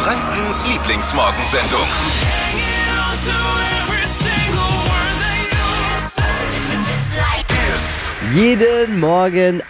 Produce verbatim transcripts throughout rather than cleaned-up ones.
Frankens Lieblingsmorgensendung. Jeden Morgen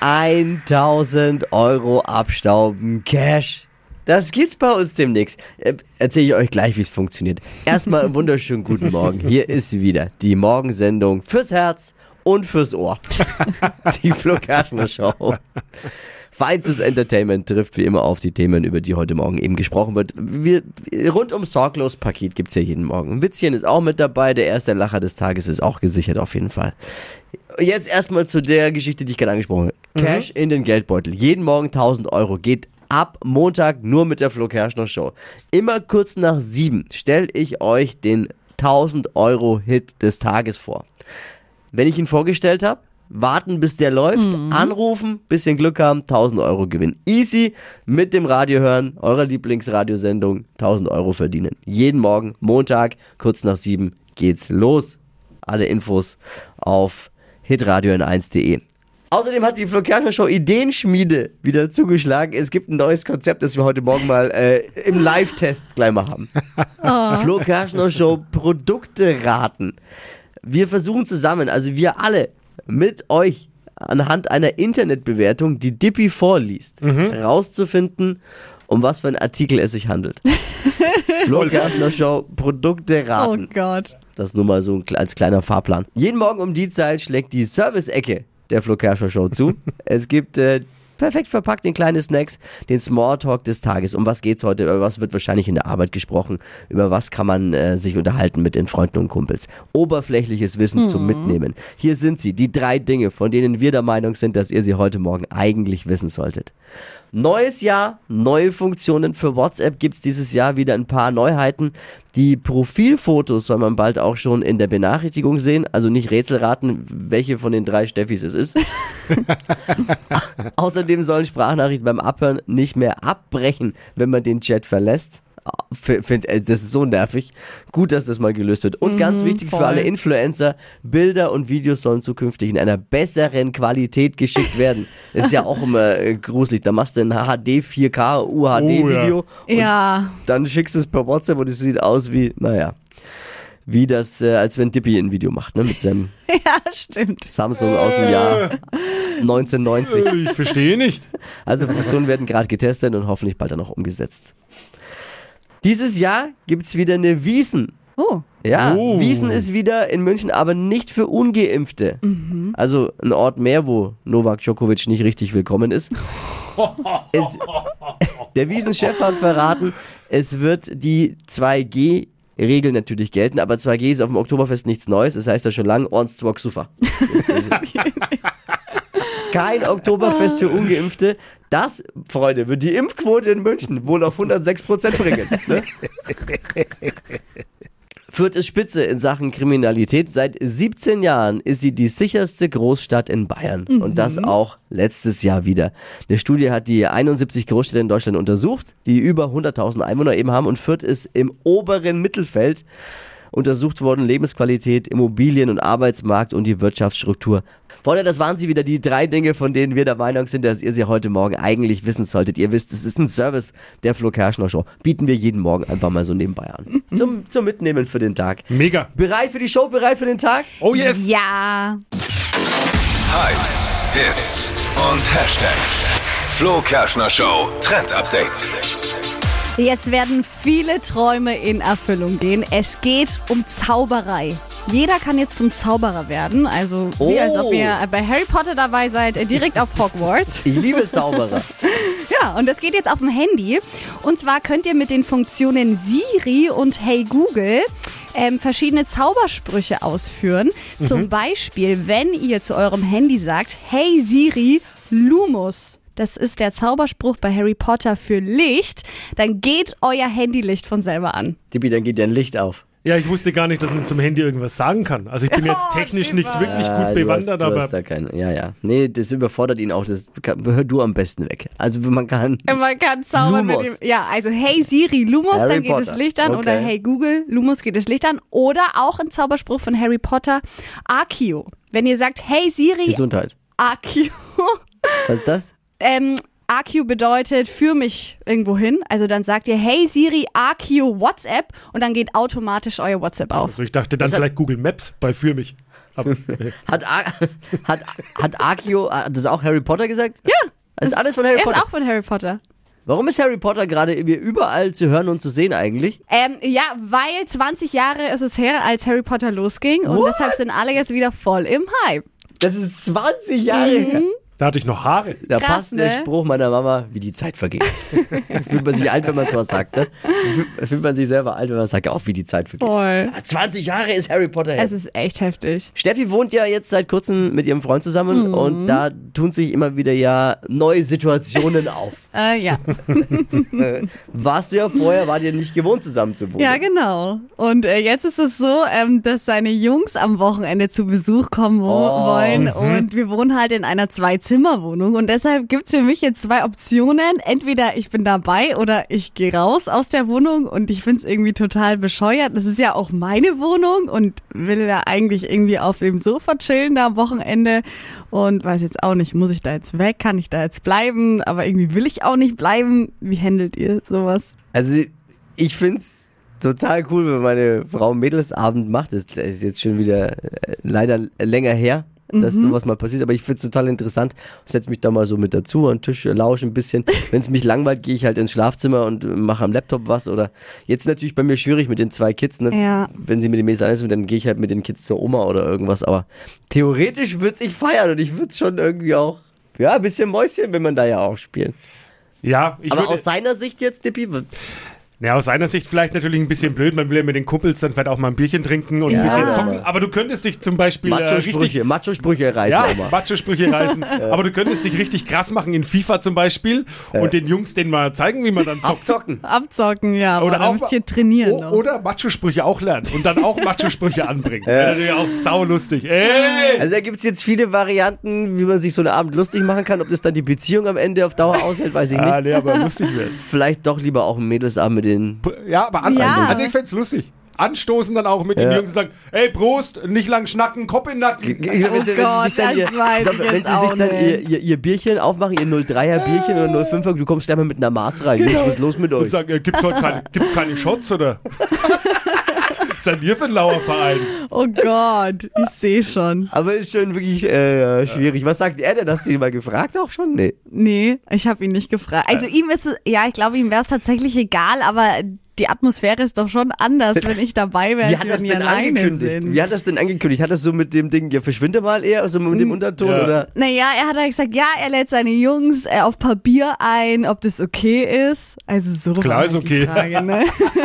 tausend Euro abstauben, Cash. Das gibt's bei uns demnächst. Äh, Erzähle ich euch gleich, wie es funktioniert. Erstmal einen wunderschönen guten Morgen. Hier ist sie wieder, die Morgensendung fürs Herz und fürs Ohr. Die Flo Kerschner Show. Feinstes Entertainment trifft wie immer auf die Themen, über die heute Morgen eben gesprochen wird. Wir, rund ums Sorglos-Paket gibt's ja jeden Morgen. Ein Witzchen ist auch mit dabei, der erste Lacher des Tages ist auch gesichert auf jeden Fall. Jetzt erstmal zu der Geschichte, die ich gerade angesprochen habe. Cash mhm. in den Geldbeutel. Jeden Morgen tausend Euro geht ab Montag nur mit der Flo Kerschner Show. Immer kurz nach sieben stelle ich euch den tausend Euro Hit des Tages vor. Wenn ich ihn vorgestellt habe, warten bis der läuft, mhm. anrufen, bisschen Glück haben, tausend Euro gewinnen. Easy, mit dem Radio hören, eurer Lieblingsradiosendung, tausend Euro verdienen. Jeden Morgen, Montag, kurz nach sieben geht's los. Alle Infos auf hitradio n eins punkt de. Außerdem hat die Flo Kerschner Show Ideenschmiede wieder zugeschlagen. Es gibt ein neues Konzept, das wir heute Morgen mal äh, im Live-Test gleich mal haben. Oh. Flo Kerschner Show Produkte raten. Wir versuchen zusammen, also wir alle, mit euch anhand einer Internetbewertung, die Dippi vorliest, mhm. rauszufinden, um was für einen Artikel es sich handelt. Flo Kerschner Show Produkte raten. Oh Gott. Das nur mal so als kleiner Fahrplan. Jeden Morgen um die Zeit schlägt die Service-Ecke der Flo Kerschner Show zu. Es gibt äh, perfekt verpackt in kleine Snacks den Smalltalk des Tages. Um was geht's heute? Über was wird wahrscheinlich in der Arbeit gesprochen? Über was kann man äh, sich unterhalten mit den Freunden und Kumpels? Oberflächliches Wissen mhm. zum Mitnehmen. Hier sind sie, die drei Dinge, von denen wir der Meinung sind, dass ihr sie heute Morgen eigentlich wissen solltet. Neues Jahr, neue Funktionen. Für WhatsApp gibt's dieses Jahr wieder ein paar Neuheiten. Die Profilfotos soll man bald auch schon in der Benachrichtigung sehen. Also nicht Rätsel raten, welche von den drei Steffis es ist. Außerdem sollen Sprachnachrichten beim Abhören nicht mehr abbrechen, wenn man den Chat verlässt. Find, das ist so nervig. Gut, dass das mal gelöst wird. Und ganz mhm, wichtig voll. für alle Influencer, Bilder und Videos sollen zukünftig in einer besseren Qualität geschickt werden. Das ist ja auch immer äh, gruselig. Da machst du ein H D vier K U H D-Video oh, ja. und ja. dann schickst du es per WhatsApp und es sieht aus wie, naja, wie das, äh, als wenn Dippi ein Video macht, ne, mit seinem ja, stimmt. Samsung aus dem Jahr neunzehnhundertneunzig. Ich verstehe nicht. Also Funktionen werden gerade getestet und hoffentlich bald dann auch umgesetzt. Dieses Jahr gibt's wieder eine Wiesn. Oh. Ja, oh. Wiesn ist wieder in München, aber nicht für Ungeimpfte. Mhm. Also ein Ort mehr, wo Novak Djokovic nicht richtig willkommen ist. es, der Wiesn-Chef hat verraten, es wird die zwei G Regeln natürlich gelten, aber zwei G ist auf dem Oktoberfest nichts Neues. Das heißt ja schon lange, Orns zwar super. Kein Oktoberfest für Ungeimpfte. Das, Freunde, wird die Impfquote in München wohl auf hundertsechs Prozent bringen. Ne? Fürth ist Spitze in Sachen Kriminalität. Seit siebzehn Jahren ist sie die sicherste Großstadt in Bayern. Mhm. Und das auch letztes Jahr wieder. Eine Studie hat die einundsiebzig Großstädte in Deutschland untersucht, die über hunderttausend Einwohner eben haben. Und Fürth ist im oberen Mittelfeld. Untersucht worden Lebensqualität, Immobilien- und Arbeitsmarkt und die Wirtschaftsstruktur. Freunde, das waren sie wieder, die drei Dinge, von denen wir der Meinung sind, dass ihr sie heute Morgen eigentlich wissen solltet. Ihr wisst, es ist ein Service der Flo Kerschner Show. Bieten wir jeden Morgen einfach mal so nebenbei an. Zum, zum Mitnehmen für den Tag. Mega. Bereit für die Show? Bereit für den Tag? Oh yes. Ja. Hypes, Hits und Hashtags. Flo Kerschner Show Trend Update. Jetzt werden viele Träume in Erfüllung gehen. Es geht um Zauberei. Jeder kann jetzt zum Zauberer werden. Also wie Oh. als ob ihr bei Harry Potter dabei seid, direkt auf Hogwarts. Ich liebe Zauberer. Ja, und das geht jetzt auf dem Handy. Und zwar könnt ihr mit den Funktionen Siri und Hey Google ähm, verschiedene Zaubersprüche ausführen. Mhm. Zum Beispiel, wenn ihr zu eurem Handy sagt, Hey Siri, Lumos. Das ist der Zauberspruch bei Harry Potter für Licht. Dann geht euer Handylicht von selber an. Tippi, dann geht dein Licht auf. Ja, ich wusste gar nicht, dass man zum Handy irgendwas sagen kann. Also ich bin jetzt technisch nicht wirklich Ja, gut du bewandert, hast, du aber hast da keine, ja, ja. Nee, das überfordert ihn auch. Das hör du am besten weg. Also man kann... Man kann zaubern Lumos. mit dem. Ja, also Hey Siri, Lumos, Harry dann geht Potter. das Licht an. Okay. Oder Hey Google, Lumos geht das Licht an. Oder auch ein Zauberspruch von Harry Potter, Accio. Wenn ihr sagt, Hey Siri, Gesundheit. Accio, Was ist das? ähm, A Q bedeutet, führ mich irgendwo hin. Also dann sagt ihr, hey Siri, A Q WhatsApp und dann geht automatisch euer WhatsApp auf. Also ich dachte dann vielleicht Google Maps bei Für mich. Aber, äh. Hat, A- hat, hat Akio, hat das auch Harry Potter gesagt? Ja. Das ist alles von Harry Er ist Potter. auch von Harry Potter. Warum ist Harry Potter gerade überall zu hören und zu sehen eigentlich? Ähm, ja, weil zwanzig Jahre ist es her, als Harry Potter losging und What? deshalb sind alle jetzt wieder voll im Hype. Das ist zwanzig Jahre her. Da hatte ich noch Haare. Da Krass, passt der ne? Spruch meiner Mama, wie die Zeit vergeht. Fühlt man sich alt, wenn man sowas sagt, ne? Fühlt- Fühlt man sich selber alt, wenn man sagt, auch wie die Zeit vergeht. Voll. Aber zwanzig Jahre ist Harry Potter her. Es ist echt heftig. Steffi wohnt ja jetzt seit kurzem mit ihrem Freund zusammen Mhm. und da tun sich immer wieder ja neue Situationen auf. Äh, ja. Warst du ja vorher, war dir nicht gewohnt zusammen zu wohnen. Ja, genau. Und äh, jetzt ist es so, ähm, dass seine Jungs am Wochenende zu Besuch kommen wo Oh. wollen und wir wohnen halt in einer Zwei-Zimmer-Wohnung und deshalb gibt's für mich jetzt zwei Optionen. Entweder ich bin dabei oder ich gehe raus aus der Wohnung und ich find's irgendwie total bescheuert. Das ist ja auch meine Wohnung und will ja eigentlich irgendwie auf dem Sofa chillen da am Wochenende und weiß jetzt auch nicht, muss ich da jetzt weg, kann ich da jetzt bleiben, aber irgendwie will ich auch nicht bleiben. Wie handelt ihr sowas? Also ich find's total cool, wenn meine Frau einen Mädelsabend macht. Das ist jetzt schon wieder äh, leider länger her, dass Mhm. sowas mal passiert, aber ich find's total interessant. Ich setze mich da mal so mit dazu an den Tisch, lausche ein bisschen. Wenn es mich langweilt, gehe ich halt ins Schlafzimmer und mache am Laptop was. Oder jetzt natürlich bei mir schwierig mit den zwei Kids. Ne? Ja. Wenn sie mit den Mädels allein sind, dann gehe ich halt mit den Kids zur Oma oder irgendwas. Aber theoretisch würde ich feiern und ich würde es schon irgendwie auch, ja, ein bisschen Mäuschen, wenn man da ja auch spielen. Ja, ich Aber würde, aus seiner Sicht jetzt, Dippi, ja, aus seiner Sicht vielleicht natürlich ein bisschen blöd. Man will ja mit den Kumpels dann vielleicht auch mal ein Bierchen trinken und Ja. ein bisschen zocken. Aber du könntest dich zum Beispiel äh, richtig... Macho-Sprüche, Macho-Sprüche reißen Ja, auch mal. Macho-Sprüche reißen. Aber du könntest dich richtig krass machen in FIFA zum Beispiel und den Jungs denen mal zeigen, wie man dann zockt. Abzocken. Abzocken, ja, aber Oder da auch müsst ihr trainieren O- noch. Oder Macho-Sprüche auch lernen und dann auch Macho-Sprüche anbringen. Wäre natürlich auch saulustig. Ey! Also da gibt es jetzt viele Varianten, wie man sich so einen Abend lustig machen kann. Ob das dann die Beziehung am Ende auf Dauer aushält, weiß ich nicht. Ah, nee, aber lustig wär's. Vielleicht doch lieber auch ein Mädelsabend mit den... Ja, aber an, Ja. also ich fänd's lustig. Anstoßen dann auch mit den Ja. Jungs und sagen, ey Prost, nicht lang schnacken, Kopf in den Nacken. Wenn sie, wenn sie Gott, sich dann, das ihr, weiß sag ich mal, wenn jetzt sie sich auch dann ihr, nicht. ihr, ihr Bierchen aufmachen, ihr null dreier Bierchen oder null fünfer, du kommst gleich mal mit einer Maß rein. Jungs, was ist los mit Und euch? sagen, äh, gibt's heute keine, gibt's keine Shots oder? Was seid ihr für ein lauer Verein? Oh Gott, ich sehe schon. Aber ist schon wirklich äh, schwierig. Was sagt er denn? Hast du ihn mal gefragt auch schon? Nee. Nee, ich habe ihn nicht gefragt. Also ihm ist es, ja, ich glaube, ihm wäre es tatsächlich egal, aber die Atmosphäre ist doch schon anders, wenn ich dabei wäre, Wie als hat das wenn die denn alleine angekündigt? sind. Wie hat das denn angekündigt? Hat das so mit dem Ding, ja, verschwinde mal eher, also mit dem Unterton Ja. oder? Naja, er hat halt gesagt, ja, er lädt seine Jungs äh, auf Papier ein, ob das okay ist. Also so Klar war ist halt okay. die Frage, ne?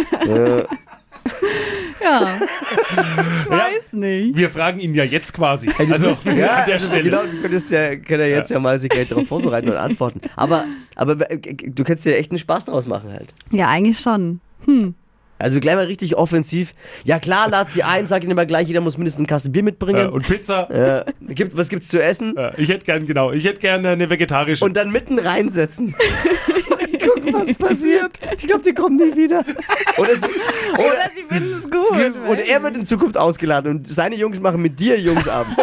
Ja, ich weiß nicht. Wir fragen ihn ja jetzt quasi. Also Ja, an der also Stelle. genau, du könntest ja, kann er jetzt ja, mal sich gleich darauf vorbereiten und antworten. Aber, aber äh, du kannst ja echt einen Spaß draus machen halt. Ja, eigentlich schon. Also gleich mal richtig offensiv. Ja klar, lad sie ein, sag ihnen immer gleich, jeder muss mindestens eine Kasse Bier Äh, mitbringen. und Pizza. Äh, gibt, was gibt's zu essen? Äh, ich hätte gern, genau, ich hätte gerne eine vegetarische. Und dann mitten reinsetzen. Gucken, was passiert. Ich glaube, die kommen nie wieder. Oder, sie, Oder oder, sie finden es gut. und er wird in Zukunft ausgeladen und seine Jungs machen mit dir Jungsabend.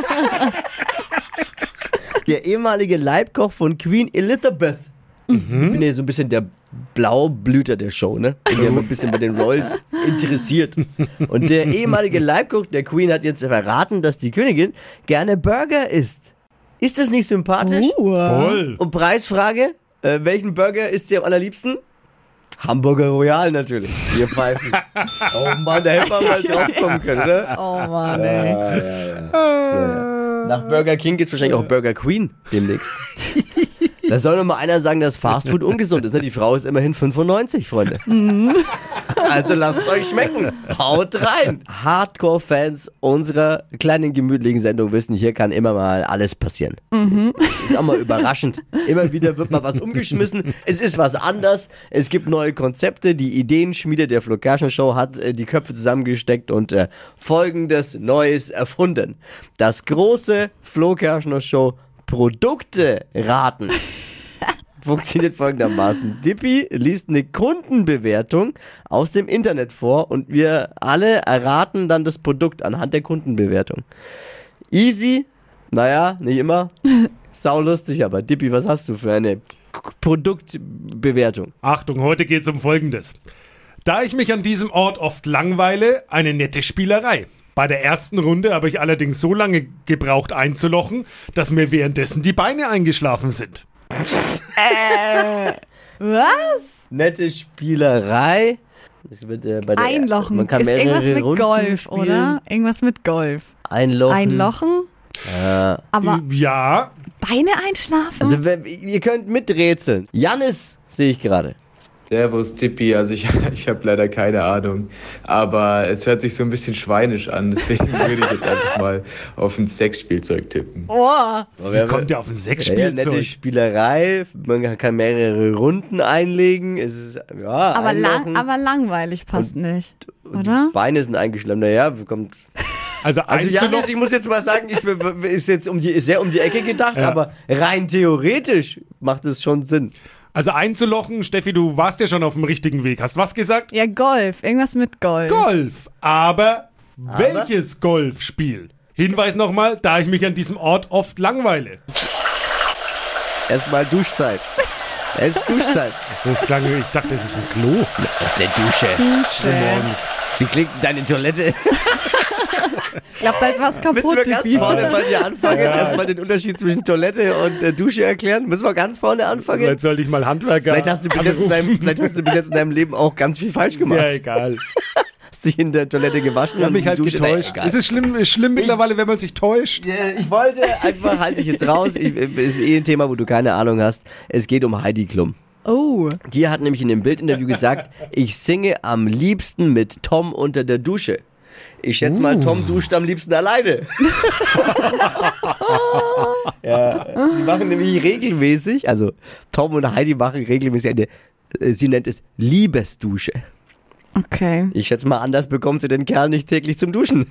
Der ehemalige Leibkoch von Queen Elizabeth. Mhm. Ich bin ja so ein bisschen der Blaublüter der Show, ne? Ich bin ja immer ein bisschen bei den Royals interessiert. Und der ehemalige Leibkoch der Queen hat jetzt verraten, dass die Königin gerne Burger isst. Ist das nicht sympathisch? Uh. Voll. Und Preisfrage, äh, welchen Burger isst sie am allerliebsten? Hamburger Royal natürlich. Wir pfeifen. Oh Mann, da hätten wir mal drauf kommen können, oder? Oh Mann, ey. Ja, ja, ja. Ja. Nach Burger King gibt's wahrscheinlich auch Burger Queen demnächst. Da soll noch mal einer sagen, dass Fastfood ungesund ist. Ne? Die Frau ist immerhin fünfundneunzig, Freunde. Also lasst es euch schmecken. Haut rein. Hardcore-Fans unserer kleinen gemütlichen Sendung wissen, hier kann immer mal alles passieren. Ist auch mal überraschend. Immer wieder wird mal was umgeschmissen. Es ist was anders. Es gibt neue Konzepte. Die Ideenschmiede der Flo Kerschner Show hat äh, die Köpfe zusammengesteckt und äh, Folgendes Neues erfunden. Das große Flo Kerschner Show Produkte raten. Funktioniert folgendermaßen. Dippi liest eine Kundenbewertung aus dem Internet vor und wir alle erraten dann das Produkt anhand der Kundenbewertung. Easy, naja, nicht immer. Saulustig, aber Dippi, was hast du für eine Produktbewertung. Achtung, heute geht es um Folgendes. Da ich mich an diesem Ort oft langweile, eine nette Spielerei. Bei der ersten Runde habe ich allerdings so lange gebraucht einzulochen, dass mir währenddessen die Beine eingeschlafen sind. äh, was? Nette Spielerei. Das wird, äh, bei der Einlochen. Man kann ist irgendwas mit Runden Golf, spielen. oder? Irgendwas mit Golf. Einlochen. Einlochen? Ja. Aber Ja, Beine einschlafen? Also wenn, ihr könnt miträtseln. Jannis sehe ich gerade. Servus, Tippi. Also ich, ich habe leider keine Ahnung. Aber es hört sich so ein bisschen schweinisch an. Deswegen würde ich jetzt einfach mal auf ein Sexspielzeug tippen. Oh. wie kommt der auf ein Ja, ja, Sexspielzeug? nette Spielerei. Man kann mehrere Runden einlegen. Es ist, ja, Aber, einlochen. lang, aber langweilig passt nicht, Und oder? Die Beine sind eingeschlafen. Naja, kommt. Also, Also einzulochen- Janis, ich muss jetzt mal sagen, ich ist jetzt um die, ist sehr um die Ecke gedacht, Ja. aber rein theoretisch macht es schon Sinn. also einzulochen, Steffi, du warst ja schon auf dem richtigen Weg. Hast was gesagt? Ja, Golf. Irgendwas mit Golf. Golf. Aber, welches Golfspiel? Hinweis nochmal, da ich mich an diesem Ort oft langweile. Erstmal Duschzeit. Es ist Duschzeit. Das klang, ich dachte, das ist ein Klo. Das ist eine Dusche. Schön. Wie klingt denn deine Toilette? Ich glaube, da ist was kaputt. Müssen wir ganz Tippi. vorne bei dir anfangen? Erstmal den Unterschied zwischen Toilette und äh, Dusche erklären. Müssen wir ganz vorne anfangen? Vielleicht sollte ich mal Handwerker Vielleicht hast, du bis jetzt in deinem, vielleicht hast du bis jetzt in deinem Leben auch ganz viel falsch Ist gemacht. ja egal. Hast dich in der Toilette gewaschen Ich habe und mich die halt Dusche. getäuscht. Nee, egal. Ist es schlimm, ist schlimm mittlerweile, wenn man sich täuscht? Äh, Ich wollte einfach, halte ich jetzt raus, ich, ist eh ein Thema, wo du keine Ahnung hast. Es geht um Heidi Klum. Oh. Die hat nämlich in dem Bildinterview gesagt, ich singe am liebsten mit Tom unter der Dusche. Ich schätze mal, Tom duscht am liebsten alleine. Ja, sie machen nämlich regelmäßig, also Tom und Heidi machen regelmäßig eine, äh, sie nennt es Liebesdusche. Okay. Ich schätze mal, anders bekommt sie den Kerl nicht täglich zum Duschen.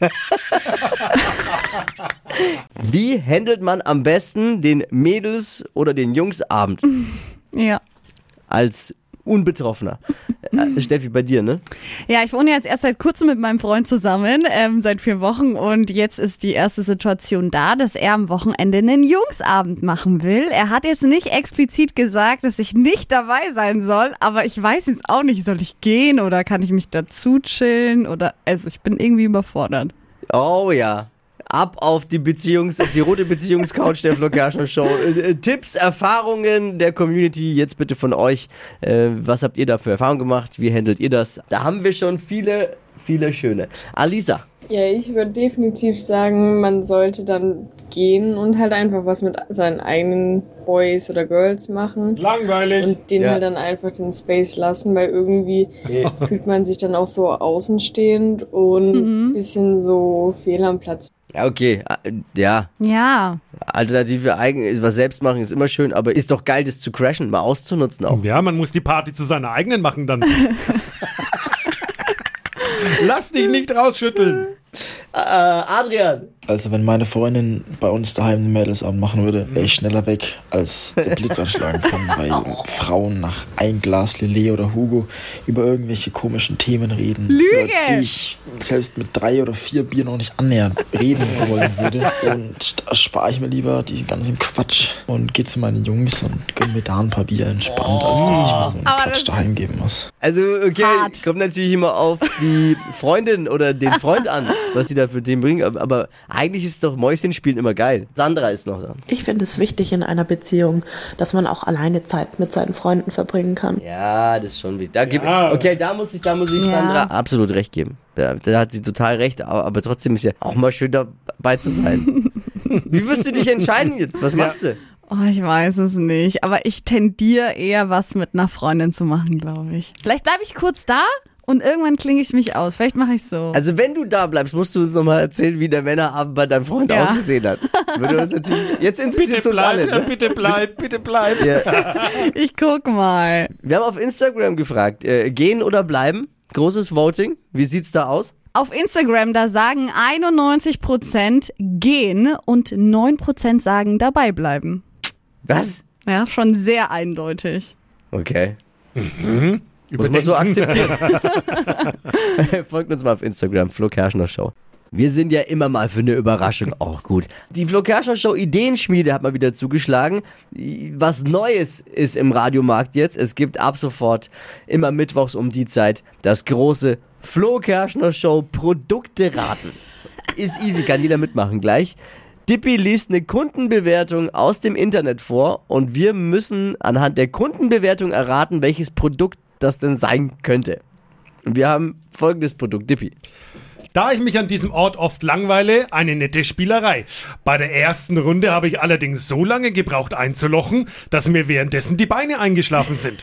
Wie handelt man am besten den Mädels- oder den Jungsabend Ja. als Unbetroffener? Äh, Steffi, bei dir, ne? Ja, ich wohne jetzt erst seit kurzem mit meinem Freund zusammen, ähm, seit vier Wochen. Und jetzt ist die erste Situation da, dass er am Wochenende einen Jungsabend machen will. Er hat jetzt nicht explizit gesagt, dass ich nicht dabei sein soll, aber ich weiß jetzt auch nicht, soll ich gehen oder kann ich mich dazu chillen oder, also ich bin irgendwie überfordert. Oh ja. Ab auf die Beziehungs-, auf die rote Beziehungscouch der Flo Kerschner Show. Äh, äh, Tipps, Erfahrungen der Community, jetzt bitte von euch. Äh, was habt ihr da für Erfahrungen gemacht? Wie handelt ihr das? Da haben wir schon viele, viele schöne. Alisa. Ja, ich würde definitiv sagen, man sollte dann gehen und halt einfach was mit seinen eigenen Boys oder Girls machen. Langweilig. Und denen Ja. halt dann einfach den Space lassen, weil irgendwie fühlt man sich dann auch so außenstehend und ein bisschen so fehl am Platz. Ja, okay. Äh, Ja. Ja. Alternative Eigen, was selbst machen ist immer schön, aber ist doch geil, das zu crashen, mal auszunutzen auch. Ja, man muss die Party zu seiner eigenen machen dann. Lass dich nicht rausschütteln. Äh, Adrian. Also wenn meine Freundin bei uns daheim einen Mädelsabend machen würde, wäre ich schneller weg, als der Blitz anschlagen kann, weil Frauen nach ein Glas Lillet oder Hugo über irgendwelche komischen Themen reden, Lüge! über die ich selbst mit drei oder vier Bier noch nicht annähernd reden wollen würde. Und da spare ich mir lieber diesen ganzen Quatsch und gehe zu meinen Jungs und gönne mir da ein paar Bier entspannt, als dass ich mir so einen Aber Quatsch das- daheim geben muss. Also, okay, Hart. kommt natürlich immer auf die Freundin oder den Freund an, was die da für Themen bringen, aber, aber eigentlich ist doch Mäuschenspielen immer geil. Sandra ist noch da. Ich finde es wichtig in einer Beziehung, dass man auch alleine Zeit mit seinen Freunden verbringen kann. Ja, das ist schon wichtig. Da geb, Ja. okay, da muss ich, da muss ich Ja. Sandra absolut recht geben. Da, da hat sie total recht, aber, aber trotzdem ist ja auch mal schön dabei zu sein. Wie wirst du dich entscheiden jetzt? Was machst du? Oh, ich weiß es nicht, aber ich tendiere eher was mit einer Freundin zu machen, glaube ich. Vielleicht bleibe ich kurz da und irgendwann klinge ich mich aus. Vielleicht mache ich so. Also wenn du da bleibst, musst du uns nochmal erzählen, wie der Männerabend bei deinem Freund Ja. ausgesehen hat. Würde uns natürlich, jetzt interessiert Bitte es uns bleib, alle. ja, Ne? bitte bleib, bitte bleib. Ja. Ich guck mal. Wir haben auf Instagram gefragt, äh, gehen oder bleiben? Großes Voting. Wie sieht's da aus? Auf Instagram, da sagen einundneunzig Prozent gehen und neun Prozent sagen dabei bleiben. Was? Ja, schon sehr eindeutig. Okay. Muss man so akzeptieren. Folgt uns mal auf Instagram, Flo Kerschner Show. Wir sind ja immer mal für eine Überraschung auch gut. Die Flo Kerschner Show Ideenschmiede hat mal wieder zugeschlagen. Was Neues ist im Radiomarkt jetzt. Es gibt ab sofort immer mittwochs um die Zeit das große Flo Kerschner Show Produkte raten. Ist easy, kann jeder mitmachen gleich. Dippi liest eine Kundenbewertung aus dem Internet vor und wir müssen anhand der Kundenbewertung erraten, welches Produkt das denn sein könnte. Und wir haben folgendes Produkt, Dippi. Da ich mich an diesem Ort oft langweile, eine nette Spielerei. Bei der ersten Runde habe ich allerdings so lange gebraucht einzulochen, dass mir währenddessen die Beine eingeschlafen sind.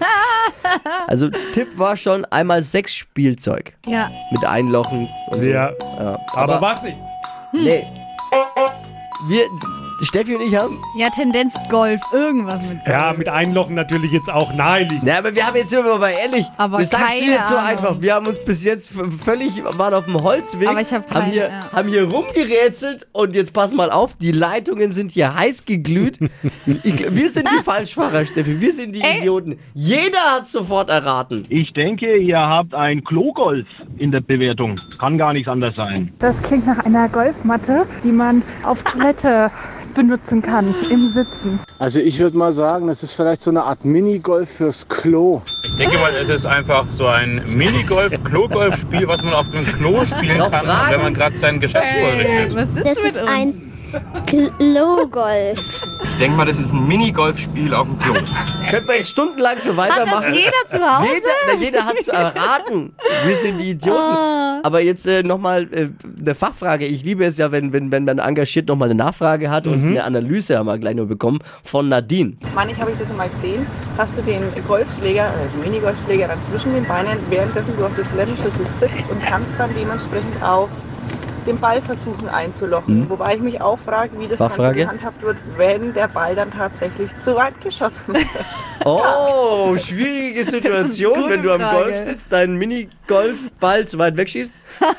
Also Tipp war schon einmal Sexspielzeug. Ja. Mit Einlochen und so. Ja, Ja. aber war's nicht. Nee. Wir, Steffi und ich haben... Ja, Tendenz Golf, irgendwas mit Golf. Ja, mit Einlochen natürlich jetzt auch naheliegend. Na, aber wir haben jetzt, sind wir mal ehrlich, Aber das sagst du keine jetzt so Ahnung. einfach. Wir haben uns bis jetzt v- völlig, waren auf dem Holzweg, Aber ich hab haben, keine, hier, ja. haben hier rumgerätselt und jetzt pass mal auf, die Leitungen sind hier heiß geglüht. Ich, gl- wir sind die Falschfahrer, Steffi, wir sind die Ey. Idioten. Jeder hat sofort erraten. Ich denke, ihr habt ein Klogolf in der Bewertung. Kann gar nichts anders sein. Das klingt nach einer Golfmatte, die man auf Toilette benutzen kann, im Sitzen. Also ich würde mal sagen, das ist vielleicht so eine Art Minigolf fürs Klo. Ich denke mal, es ist einfach so ein Minigolf-Klo-Golf-Spiel, was man auf dem Klo spielen Noch kann, Fragen? wenn man gerade sein Geschäft vorrichtet. Was ist Das mit ist uns? ein Klo-Golf. Ich denke mal, das ist ein Minigolf-Spiel auf dem Klo. Könnte man jetzt stundenlang so Hat das weitermachen. jeder zu Hause? Jeder, na, jeder hat es erraten. Wir sind die Idioten. Ah. Aber jetzt äh, nochmal äh, eine Fachfrage. Ich liebe es ja, wenn, wenn, wenn man engagiert nochmal eine Nachfrage hat und eine Analyse haben wir gleich noch bekommen von Nadine. Manchmal habe ich das mal gesehen, hast du den Golfschläger, äh, den Minigolfschläger dann zwischen den Beinen, währenddessen du auf der Toilettenschüssel sitzt und kannst dann dementsprechend auch den Ball versuchen einzulochen. Hm. Wobei ich mich auch frage, wie das Fachfrage? Ganze gehandhabt wird, wenn der Ball dann tatsächlich zu weit geschossen wird. Oh, schwierige Situation, gute wenn du am Frage. Golf sitzt, deinen Minigolfball zu weit wegschießt.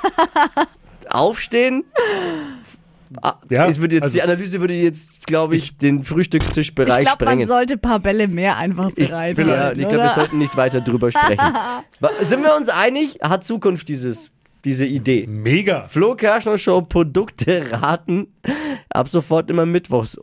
Aufstehen. Ah, Ja, es würde jetzt, also- die Analyse würde jetzt, glaube ich, den Frühstückstischbereich Ich glaube, man sprengen. sollte ein paar Bälle mehr einfach Ich, bereithalten, ja, ich glaube, wir oder? sollten nicht weiter drüber sprechen. Wa- Sind wir uns einig? Hat Zukunft dieses, diese Idee? Mega. Flo Kerschner Show Produkte raten. Ab sofort immer mittwochs.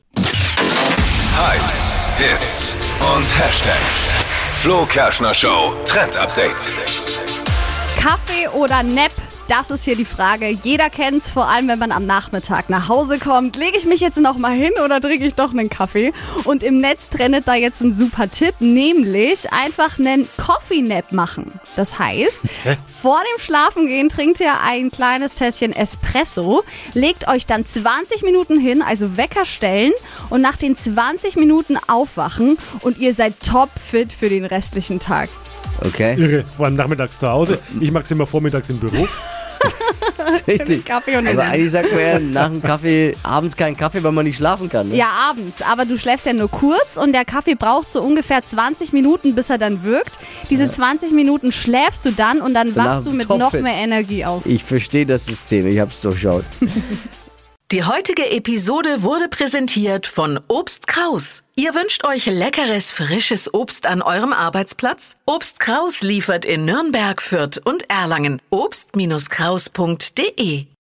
Hypes, Hits und Hashtags. Flo Kerschner Show Trend Update. Kaffee oder Nap? Das ist hier die Frage. Jeder kennt's, vor allem wenn man am Nachmittag nach Hause kommt. Lege ich mich jetzt noch mal hin oder trinke ich doch einen Kaffee? Und im Netz trendet da jetzt ein super Tipp, nämlich einfach einen Coffee Nap machen. Das heißt, vor dem Schlafengehen trinkt ihr ein kleines Tässchen Espresso, legt euch dann zwanzig Minuten hin, also Wecker stellen und nach den zwanzig Minuten aufwachen und ihr seid topfit für den restlichen Tag. Okay. Irre. Vor allem nachmittags zu Hause. Ich mag es immer vormittags im Büro. Richtig. Kaffee und Aber einen- eigentlich sagt man ja nach dem Kaffee, abends keinen Kaffee, weil man nicht schlafen kann. Ne? Ja, abends. Aber du schläfst ja nur kurz und der Kaffee braucht so ungefähr zwanzig Minuten, bis er dann wirkt. Diese zwanzig Minuten schläfst du dann und dann Danach wachst du mit topfit. noch mehr Energie auf. Ich verstehe das System, ich habe es durchschaut. Die heutige Episode wurde präsentiert von Obst Kraus. Ihr wünscht euch leckeres, frisches Obst an eurem Arbeitsplatz? Obst Kraus liefert in Nürnberg, Fürth und Erlangen. obst Kraus punkt de